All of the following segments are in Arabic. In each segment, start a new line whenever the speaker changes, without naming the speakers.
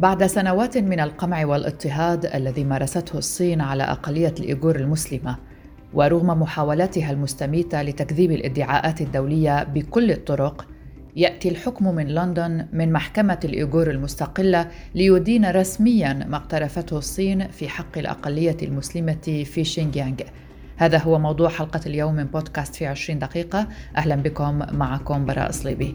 بعد سنوات من القمع والاضطهاد الذي مارسته الصين على أقلية الإيغور المسلمة، ورغم محاولاتها المستميتة لتكذيب الادعاءات الدولية بكل الطرق، يأتي الحكم من لندن من محكمة الإيغور المستقلة ليدين رسمياً ما اقترفته الصين في حق الأقلية المسلمة في شينجيانغ. هذا هو موضوع حلقة اليوم من بودكاست في 20 دقيقة. أهلاً بكم، معكم براء صليبي.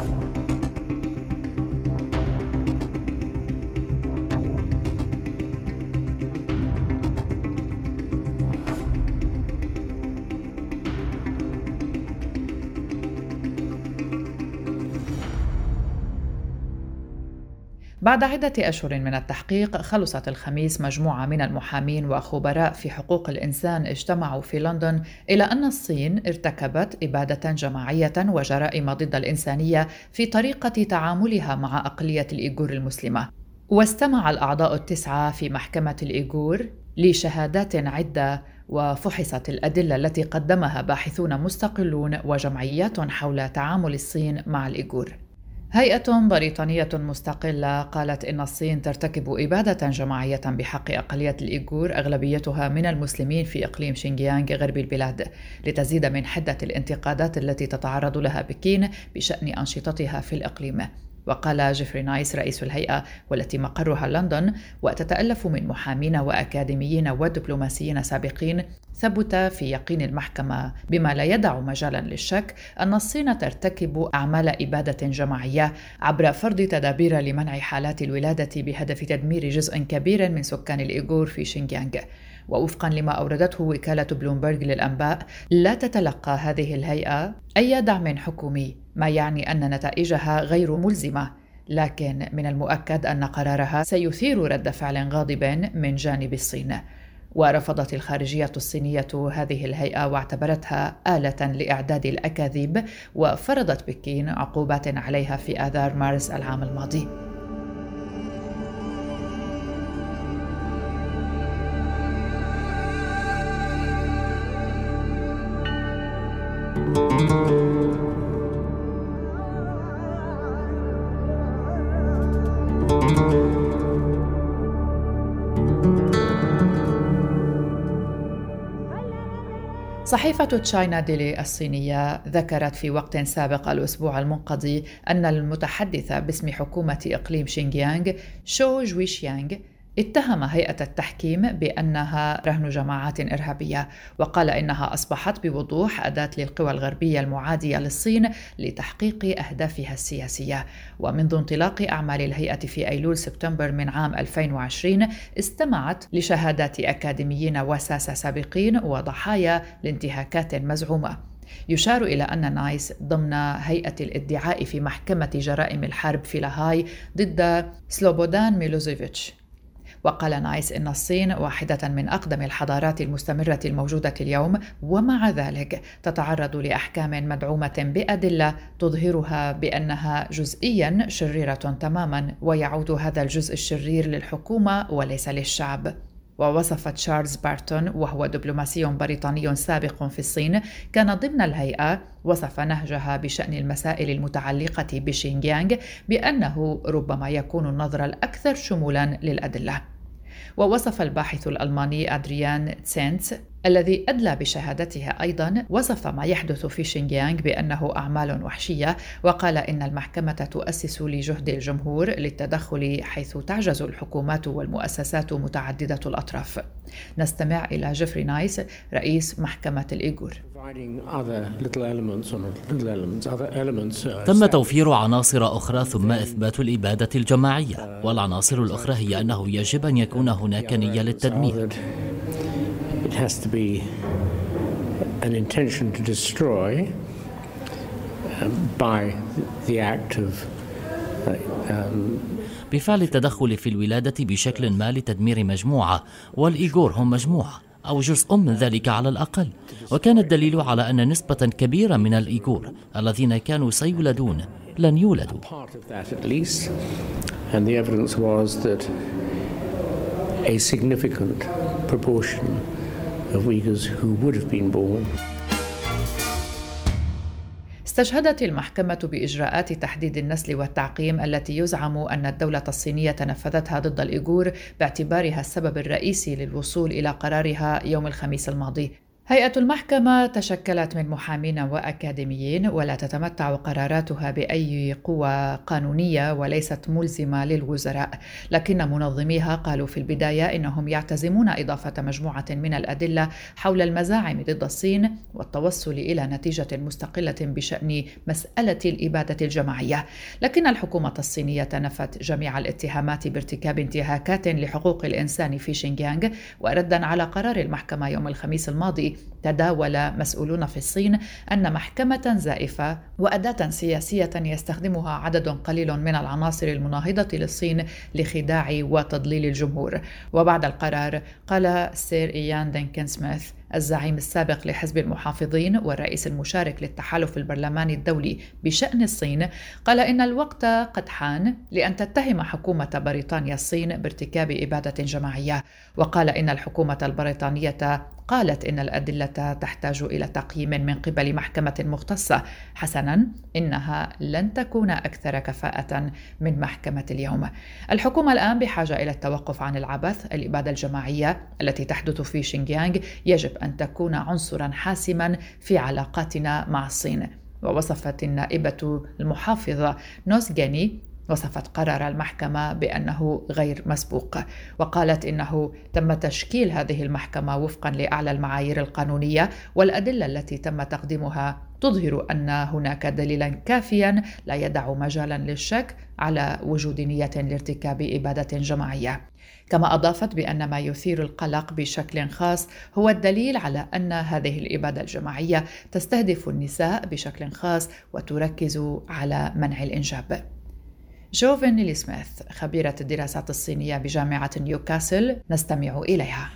بعد عدة أشهر من التحقيق، خلصت الخميس مجموعة من المحامين وخبراء في حقوق الإنسان اجتمعوا في لندن إلى أن الصين ارتكبت إبادة جماعية وجرائم ضد الإنسانية في طريقة تعاملها مع أقلية الإيغور المسلمة. واستمع الأعضاء التسعة في محكمة الإيغور لشهادات عدة، وفحصت الأدلة التي قدمها باحثون مستقلون وجمعيات حول تعامل الصين مع الإيغور. هيئة بريطانية مستقلة قالت إن الصين ترتكب إبادة جماعية بحق أقلية الإيغور أغلبيتها من المسلمين في إقليم شينجيانغ غرب البلاد، لتزيد من حدة الانتقادات التي تتعرض لها بكين بشأن أنشطتها في الإقليم. وقال جيفري نايس رئيس الهيئة، والتي مقرها لندن وتتألف من محامين وأكاديميين ودبلوماسيين سابقين، ثبت في يقين المحكمة بما لا يدع مجالا للشك أن الصين ترتكب أعمال إبادة جماعية عبر فرض تدابير لمنع حالات الولادة بهدف تدمير جزء كبير من سكان الإيغور في شينجيانغ. ووفقا لما أوردته وكالة بلومبرغ للأنباء، لا تتلقى هذه الهيئة أي دعم حكومي، ما يعني أن نتائجها غير ملزمة، لكن من المؤكد أن قرارها سيثير رد فعل غاضب من جانب الصين. ورفضت الخارجية الصينية هذه الهيئة واعتبرتها آلة لإعداد الأكاذيب، وفرضت بكين عقوبات عليها في آذار مارس العام الماضي. صحيفة تشاينا ديلي الصينية ذكرت في وقت سابق الأسبوع المنقضي أن المتحدث باسم حكومة إقليم شينجيانغ شو جويشيانغ اتهم هيئة التحكيم بأنها رهن جماعات إرهابية، وقال إنها أصبحت بوضوح أداة للقوى الغربية المعادية للصين لتحقيق أهدافها السياسية. ومنذ انطلاق أعمال الهيئة في أيلول سبتمبر من عام 2020 استمعت لشهادات أكاديميين وساسة سابقين وضحايا لانتهاكات مزعومة. يشار إلى أن نايس ضمن هيئة الادعاء في محكمة جرائم الحرب في لاهاي ضد سلوبودان ميلوزيفيتش. وقال نايس إن الصين واحدة من أقدم الحضارات المستمرة الموجودة اليوم، ومع ذلك تتعرض لأحكام مدعومة بأدلة تظهرها بأنها جزئياً شريرة تماماً، ويعود هذا الجزء الشرير للحكومة وليس للشعب. ووصف تشارلز بارتون، وهو دبلوماسي بريطاني سابق في الصين كان ضمن الهيئة، وصف نهجها بشأن المسائل المتعلقة بشينجيانغ بأنه ربما يكون النظر الأكثر شمولاً للأدلة. ووصف الباحث الألماني أدريان تسينتس الذي أدلى بشهادتها أيضاً، وصف ما يحدث في شينجيانغ بأنه أعمال وحشية، وقال إن المحكمة تؤسس لجهد الجمهور للتدخل حيث تعجز الحكومات والمؤسسات متعددة الأطراف. نستمع إلى جيفري نايس رئيس محكمة الإيغور.
تم توفير عناصر أخرى ثم إثبات الإبادة الجماعية، والعناصر الأخرى هي أنه يجب أن يكون هناك نية للتدمير.
It has to be an intention to destroy by the act of
بفعل التدخل في الولادة بشكل ما لتدمير مجموعة، والإيغور هم مجموعة أو جزء من ذلك على الأقل. وكان الدليل على أن نسبة كبيرة من الإيغور الذين كانوا سيولدون لن يولدوا.
And the evidence was that a significant proportion of Uyghurs who would have been born.
استشهدت المحكمة بإجراءات تحديد النسل والتعقيم التي يزعم أن الدولة الصينية نفذتها ضد الإيغور باعتبارها السبب الرئيسي للوصول إلى قرارها يوم الخميس الماضي. هيئة المحكمة تشكلت من محامين وأكاديميين، ولا تتمتع قراراتها بأي قوة قانونية وليست ملزمة للوزراء، لكن منظميها قالوا في البداية إنهم يعتزمون إضافة مجموعة من الأدلة حول المزاعم ضد الصين والتوصل إلى نتيجة مستقلة بشأن مسألة الإبادة الجماعية. لكن الحكومة الصينية نفت جميع الاتهامات بارتكاب انتهاكات لحقوق الإنسان في شينجيانغ. وردا على قرار المحكمة يوم الخميس الماضي، تداول مسؤولون في الصين أن محكمة زائفة وأداة سياسية يستخدمها عدد قليل من العناصر المناهضة للصين لخداع وتضليل الجمهور. وبعد القرار قال سير إيان دنكن سميث الزعيم السابق لحزب المحافظين والرئيس المشارك للتحالف البرلماني الدولي بشأن الصين، قال إن الوقت قد حان لأن تتهم حكومة بريطانيا الصين بارتكاب إبادة جماعية. وقال إن الحكومة البريطانية قالت إن الأدلة تحتاج إلى تقييم من قبل محكمة مختصة. حسناً، إنها لن تكون أكثر كفاءة من محكمة اليوم. الحكومة الآن بحاجة إلى التوقف عن العبث. الإبادة الجماعية التي تحدث في شينجيانغ يجب أن تكون عنصراً حاسماً في علاقاتنا مع الصين. ووصفت النائبة المحافظة نوسغاني وصفت قرار المحكمة بأنه غير مسبوق، وقالت إنه تم تشكيل هذه المحكمة وفقا لأعلى المعايير القانونية، والأدلة التي تم تقديمها تظهر أن هناك دليلا كافيا لا يدع مجالا للشك على وجود نية لارتكاب إبادة جماعية. كما أضافت بأن ما يثير القلق بشكل خاص هو الدليل على أن هذه الإبادة الجماعية تستهدف النساء بشكل خاص وتركز على منع الإنجاب. جوفن نيلي سميث خبيرة الدراسات الصينية بجامعة نيوكاسل، نستمع إليها.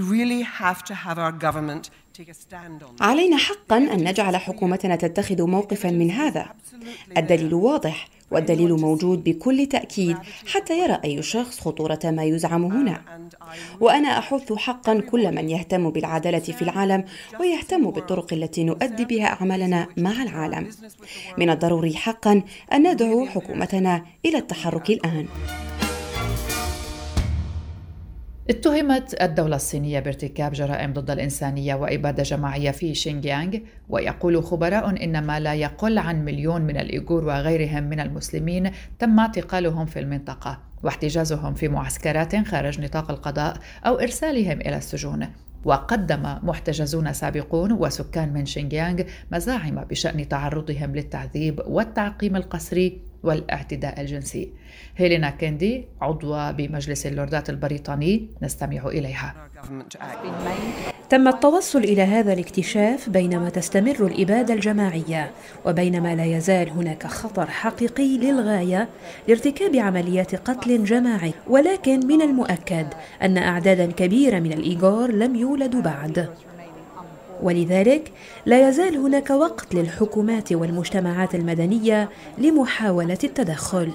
علينا حقاً أن نجعل حكومتنا تتخذ موقفاً من هذا. الدليل واضح، والدليل موجود بكل تأكيد حتى يرى أي شخص خطورة ما يزعم هنا. وأنا أحث حقاً كل من يهتم بالعدالة في العالم ويهتم بالطرق التي نؤدي بها أعمالنا مع العالم. من الضروري حقاً أن ندعو حكومتنا إلى التحرك الآن.
اتهمت الدولة الصينية بارتكاب جرائم ضد الإنسانية وإبادة جماعية في شينجيانغ، ويقول خبراء إن ما لا يقل عن 1,000,000 من الإيغور وغيرهم من المسلمين تم اعتقالهم في المنطقة واحتجازهم في معسكرات خارج نطاق القضاء أو إرسالهم إلى السجون. وقدم محتجزون سابقون وسكان من شينجيانغ مزاعم بشأن تعرضهم للتعذيب والتعقيم القسري والاعتداء الجنسي. هيلينا كيندي عضوة بمجلس اللوردات البريطاني، نستمع إليها.
تم التوصل إلى هذا الاكتشاف بينما تستمر الإبادة الجماعية، وبينما لا يزال هناك خطر حقيقي للغاية لارتكاب عمليات قتل جماعي. ولكن من المؤكد أن أعدادا كبيرة من الإيغور لم يولدوا بعد، ولذلك لا يزال هناك وقت للحكومات والمجتمعات المدنية لمحاولة التدخل.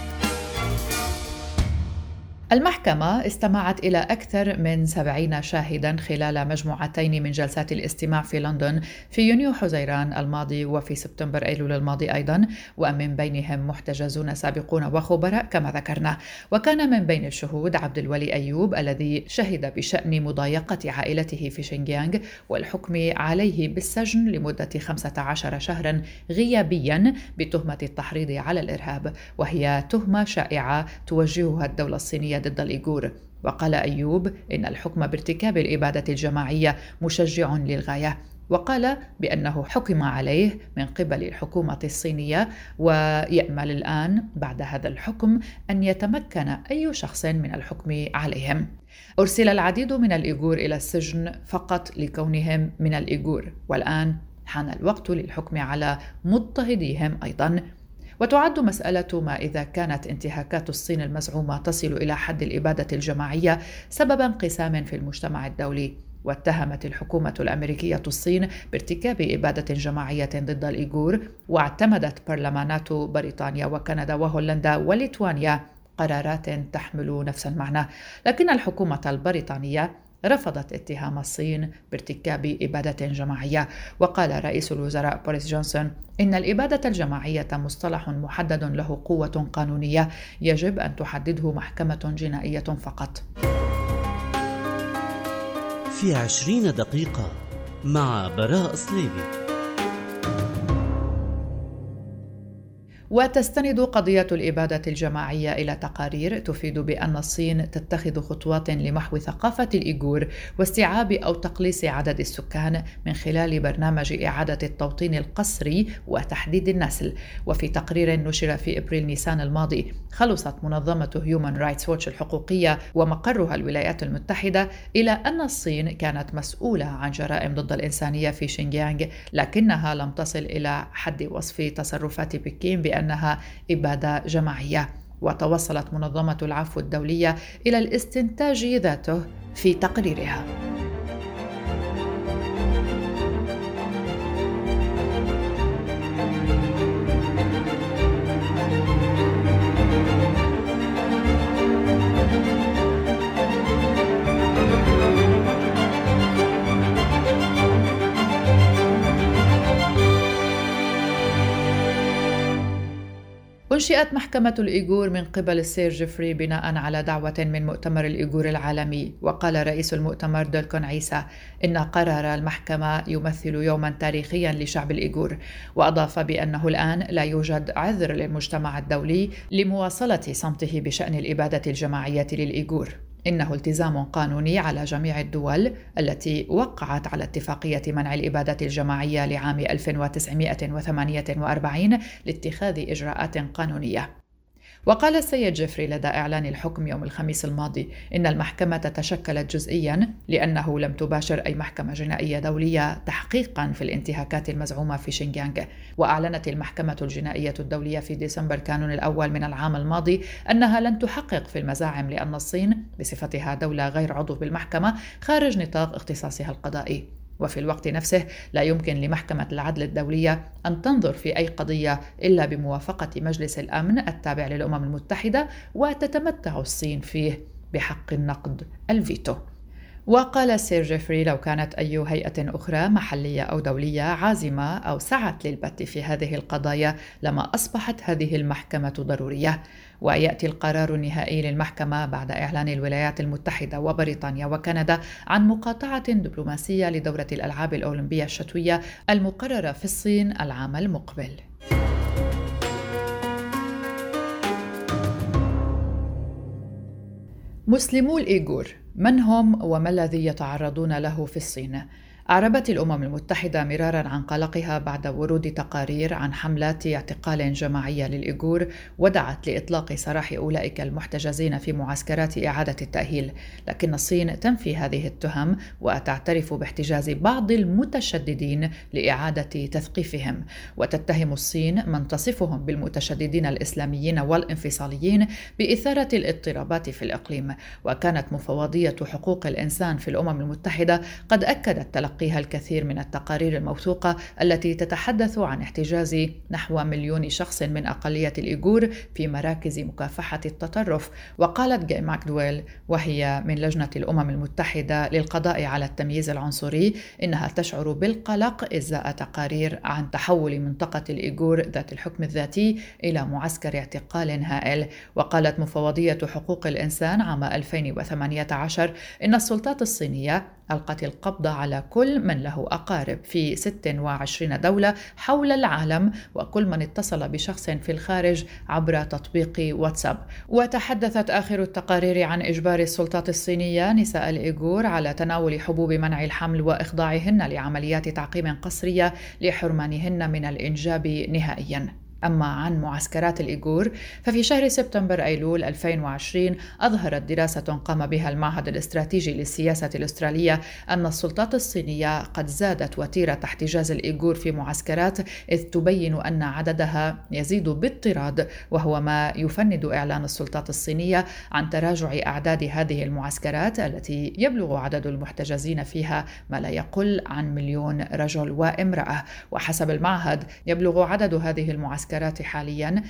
المحكمة استمعت إلى أكثر من 70 شاهداً خلال مجموعتين من جلسات الاستماع في لندن في يونيو حزيران الماضي وفي سبتمبر أيلول الماضي أيضاً، ومن بينهم محتجزون سابقون وخبراء كما ذكرنا. وكان من بين الشهود عبد الولي أيوب الذي شهد بشأن مضايقة عائلته في شينجيانغ والحكم عليه بالسجن لمدة 15 شهراً غيابياً بتهمة التحريض على الإرهاب، وهي تهمة شائعة توجهها الدولة الصينية ضد الإيغور. وقال أيوب إن الحكم بارتكاب الإبادة الجماعية مشجع للغاية، وقال بأنه حكم عليه من قبل الحكومة الصينية، ويأمل الآن بعد هذا الحكم أن يتمكن أي شخص من الحكم عليهم. أرسل العديد من الإيغور إلى السجن فقط لكونهم من الإيغور، والآن حان الوقت للحكم على مضطهديهم أيضاً. وتعد مسألة ما إذا كانت انتهاكات الصين المزعومة تصل إلى حد الإبادة الجماعية سبب انقسام في المجتمع الدولي. واتهمت الحكومة الأمريكية الصين بارتكاب إبادة جماعية ضد الإيغور، واعتمدت برلمانات بريطانيا وكندا وهولندا وليتوانيا قرارات تحمل نفس المعنى. لكن الحكومة البريطانية رفضت اتهام الصين بارتكاب إبادة جماعية. وقال رئيس الوزراء بوريس جونسون إن الإبادة الجماعية مصطلح محدد له قوة قانونية يجب أن تحدده محكمة جنائية فقط.
في 20 دقيقة مع براء صليبي.
وتستند قضية الإبادة الجماعية إلى تقارير تفيد بأن الصين تتخذ خطوات لمحو ثقافة الإيغور واستيعاب أو تقليص عدد السكان من خلال برنامج إعادة التوطين القسري وتحديد النسل. وفي تقرير نشر في إبريل نيسان الماضي، خلصت منظمة هيومن رايتس ووتش الحقوقية ومقرها الولايات المتحدة إلى أن الصين كانت مسؤولة عن جرائم ضد الإنسانية في شينجيانغ، لكنها لم تصل إلى حد وصف تصرفات بكين بأنها إبادة جماعية. وتوصلت منظمة العفو الدولية إلى الاستنتاج ذاته في تقريرها. أنشئت محكمة الإيغور من قبل السير جيفري بناء على دعوة من مؤتمر الإيغور العالمي. وقال رئيس المؤتمر دولكون عيسى إن قرار المحكمة يمثل يوما تاريخيا لشعب الإيغور، وأضاف بأنه الآن لا يوجد عذر للمجتمع الدولي لمواصلة صمته بشأن الإبادة الجماعية للإيغور. إنه التزام قانوني على جميع الدول التي وقعت على اتفاقية منع الإبادة الجماعية لعام 1948 لاتخاذ إجراءات قانونية. وقال السيد جيفري لدى إعلان الحكم يوم الخميس الماضي إن المحكمة تشكلت جزئياً لأنه لم تباشر أي محكمة جنائية دولية تحقيقاً في الانتهاكات المزعومة في شينجيانغ. وأعلنت المحكمة الجنائية الدولية في ديسمبر كانون الأول من العام الماضي أنها لن تحقق في المزاعم لأن الصين بصفتها دولة غير عضو بالمحكمة خارج نطاق اختصاصها القضائي. وفي الوقت نفسه لا يمكن لمحكمة العدل الدولية أن تنظر في أي قضية إلا بموافقة مجلس الأمن التابع للأمم المتحدة، وتتمتع الصين فيه بحق النقد الفيتو. وقال سير جيفري لو كانت أي هيئة أخرى محلية أو دولية عازمة أو سعت للبت في هذه القضايا لما أصبحت هذه المحكمة ضرورية. ويأتي القرار النهائي للمحكمة بعد إعلان الولايات المتحدة وبريطانيا وكندا عن مقاطعة دبلوماسية لدورة الألعاب الأولمبية الشتوية المقررة في الصين العام المقبل. مسلمو الإيغور من هم وما الذي يتعرضون له في الصين؟ أعربت الأمم المتحدة مرارا عن قلقها بعد ورود تقارير عن حملات اعتقال جماعية للإيغور، ودعت لإطلاق سراح أولئك المحتجزين في معسكرات إعادة التأهيل. لكن الصين تنفي هذه التهم وتعترف باحتجاز بعض المتشددين لإعادة تثقيفهم، وتتهم الصين من تصفهم بالمتشددين الإسلاميين والانفصاليين بإثارة الاضطرابات في الإقليم. وكانت مفوضية حقوق الإنسان في الأمم المتحدة قد أكدت تلقيها الكثير من التقارير الموثوقة التي تتحدث عن احتجاز نحو 1,000,000 شخص من أقلية الإيغور في مراكز مكافحة التطرف. وقالت جاي ماكدويل وهي من لجنة الأمم المتحدة للقضاء على التمييز العنصري إنها تشعر بالقلق إزاء تقارير عن تحول منطقة الإيغور ذات الحكم الذاتي إلى معسكر اعتقال هائل. وقالت مفوضية حقوق الإنسان عام 2018 إن السلطات الصينية ألقت القبض على كل من له أقارب في 26 دولة حول العالم وكل من اتصل بشخص في الخارج عبر تطبيق واتساب. وتحدثت آخر التقارير عن إجبار السلطات الصينية نساء الإيغور على تناول حبوب منع الحمل وإخضاعهن لعمليات تعقيم قسرية لحرمانهن من الإنجاب نهائياً. أما عن معسكرات الإيغور ففي شهر سبتمبر أيلول 2020 أظهرت دراسة قام بها المعهد الاستراتيجي للسياسة الأسترالية أن السلطات الصينية قد زادت وتيرة احتجاز الإيغور في معسكرات، إذ تبين أن عددها يزيد باضطراد، وهو ما يفند إعلان السلطات الصينية عن تراجع أعداد هذه المعسكرات التي يبلغ عدد المحتجزين فيها ما لا يقل عن 1,000,000 رجل وامرأة. وحسب المعهد يبلغ عدد هذه المعسكرات المعسكرات حالياً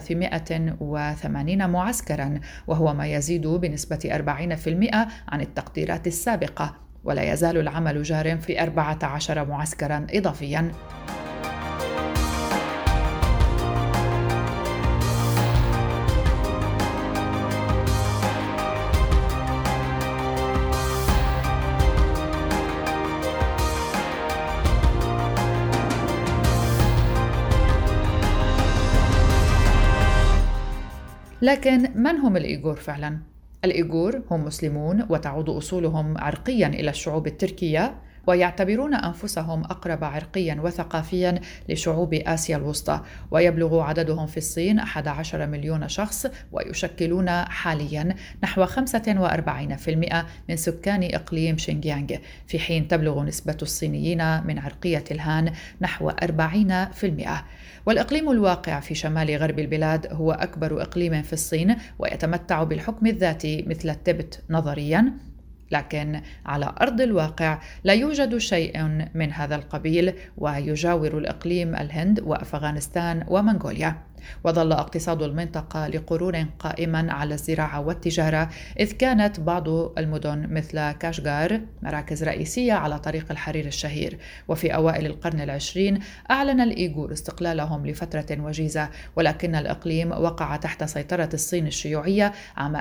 380 معسكراً، وهو ما يزيد بنسبة 40% عن التقديرات السابقة، ولا يزال العمل جار في 14 معسكراً إضافياً. لكن من هم الإيغور فعلاً؟ الإيغور هم مسلمون وتعود أصولهم عرقياً إلى الشعوب التركية، ويعتبرون أنفسهم أقرب عرقياً وثقافياً لشعوب آسيا الوسطى، ويبلغ عددهم في الصين 11 مليون شخص، ويشكلون حالياً نحو 45% من سكان إقليم شينجيانغ، في حين تبلغ نسبة الصينيين من عرقية الهان نحو 40%. والإقليم الواقع في شمال غرب البلاد هو أكبر إقليم في الصين، ويتمتع بالحكم الذاتي مثل التبت نظرياً، لكن على أرض الواقع لا يوجد شيء من هذا القبيل، ويجاور الإقليم الهند وأفغانستان ومنغوليا. وظل اقتصاد المنطقة لقرون قائما على الزراعة والتجارة، إذ كانت بعض المدن مثل كاشغار مراكز رئيسية على طريق الحرير الشهير. وفي أوائل القرن العشرين أعلن الإيغور استقلالهم لفترة وجيزة، ولكن الإقليم وقع تحت سيطرة الصين الشيوعية عام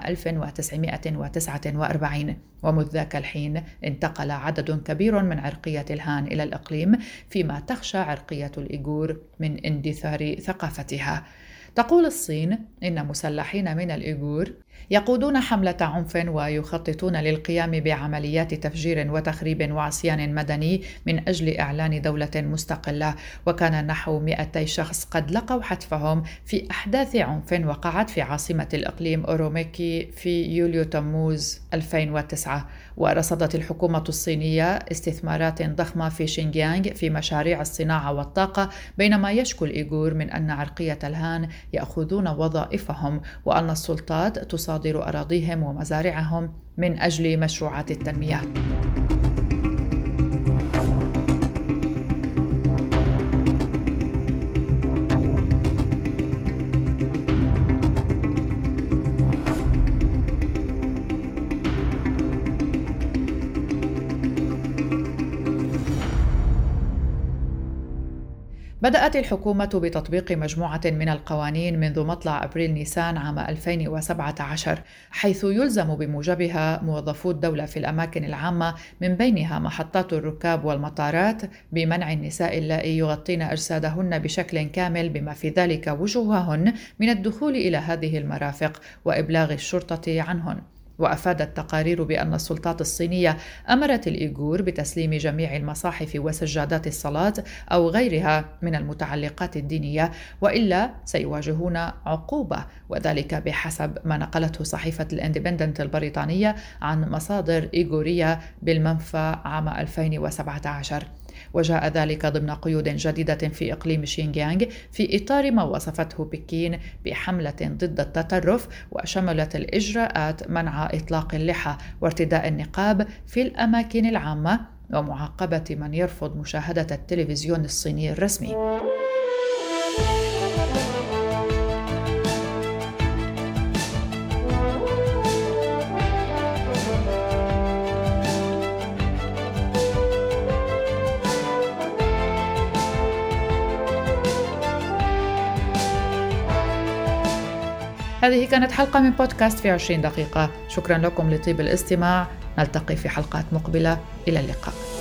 1949، ومنذ ذاك الحين انتقل عدد كبير من عرقية الهان إلى الإقليم، فيما تخشى عرقية الإيغور من اندثار ثقافتها. تقول الصين إن مسلحين من الإيغور يقودون حملة عنف ويخططون للقيام بعمليات تفجير وتخريب وعصيان مدني من أجل إعلان دولة مستقلة، وكان نحو 200 شخص قد لقوا حتفهم في أحداث عنف وقعت في عاصمة الإقليم أوروميكي في يوليو تموز 2009. ورصدت الحكومة الصينية استثمارات ضخمة في شينجيانغ في مشاريع الصناعة والطاقة، بينما يشكو الإيغور من أن عرقية الهان يأخذون وظائفهم، وأن السلطات تصادر أراضيهم ومزارعهم من أجل مشروعات التنمية. بدأت الحكومة بتطبيق مجموعة من القوانين منذ مطلع أبريل نيسان عام 2017، حيث يلزم بموجبها موظفو الدولة في الأماكن العامة من بينها محطات الركاب والمطارات بمنع النساء اللائي يغطين أجسادهن بشكل كامل بما في ذلك وجوههن من الدخول إلى هذه المرافق وإبلاغ الشرطة عنهن. وأفادت تقارير بأن السلطات الصينية أمرت الإيغور بتسليم جميع المصاحف وسجادات الصلاة أو غيرها من المتعلقات الدينية، وإلا سيواجهون عقوبة، وذلك بحسب ما نقلته صحيفة الاندبندنت البريطانية عن مصادر إيغورية بالمنفى عام 2017. وجاء ذلك ضمن قيود جديدة في إقليم شينجيانغ في إطار ما وصفته بكين بحملة ضد التطرف، وشملت الإجراءات منع إطلاق اللحى وارتداء النقاب في الأماكن العامة ومعاقبة من يرفض مشاهدة التلفزيون الصيني الرسمي. هذه كانت حلقة من بودكاست في 20 دقيقة. شكرا لكم لطيب الاستماع، نلتقي في حلقات مقبلة، إلى اللقاء.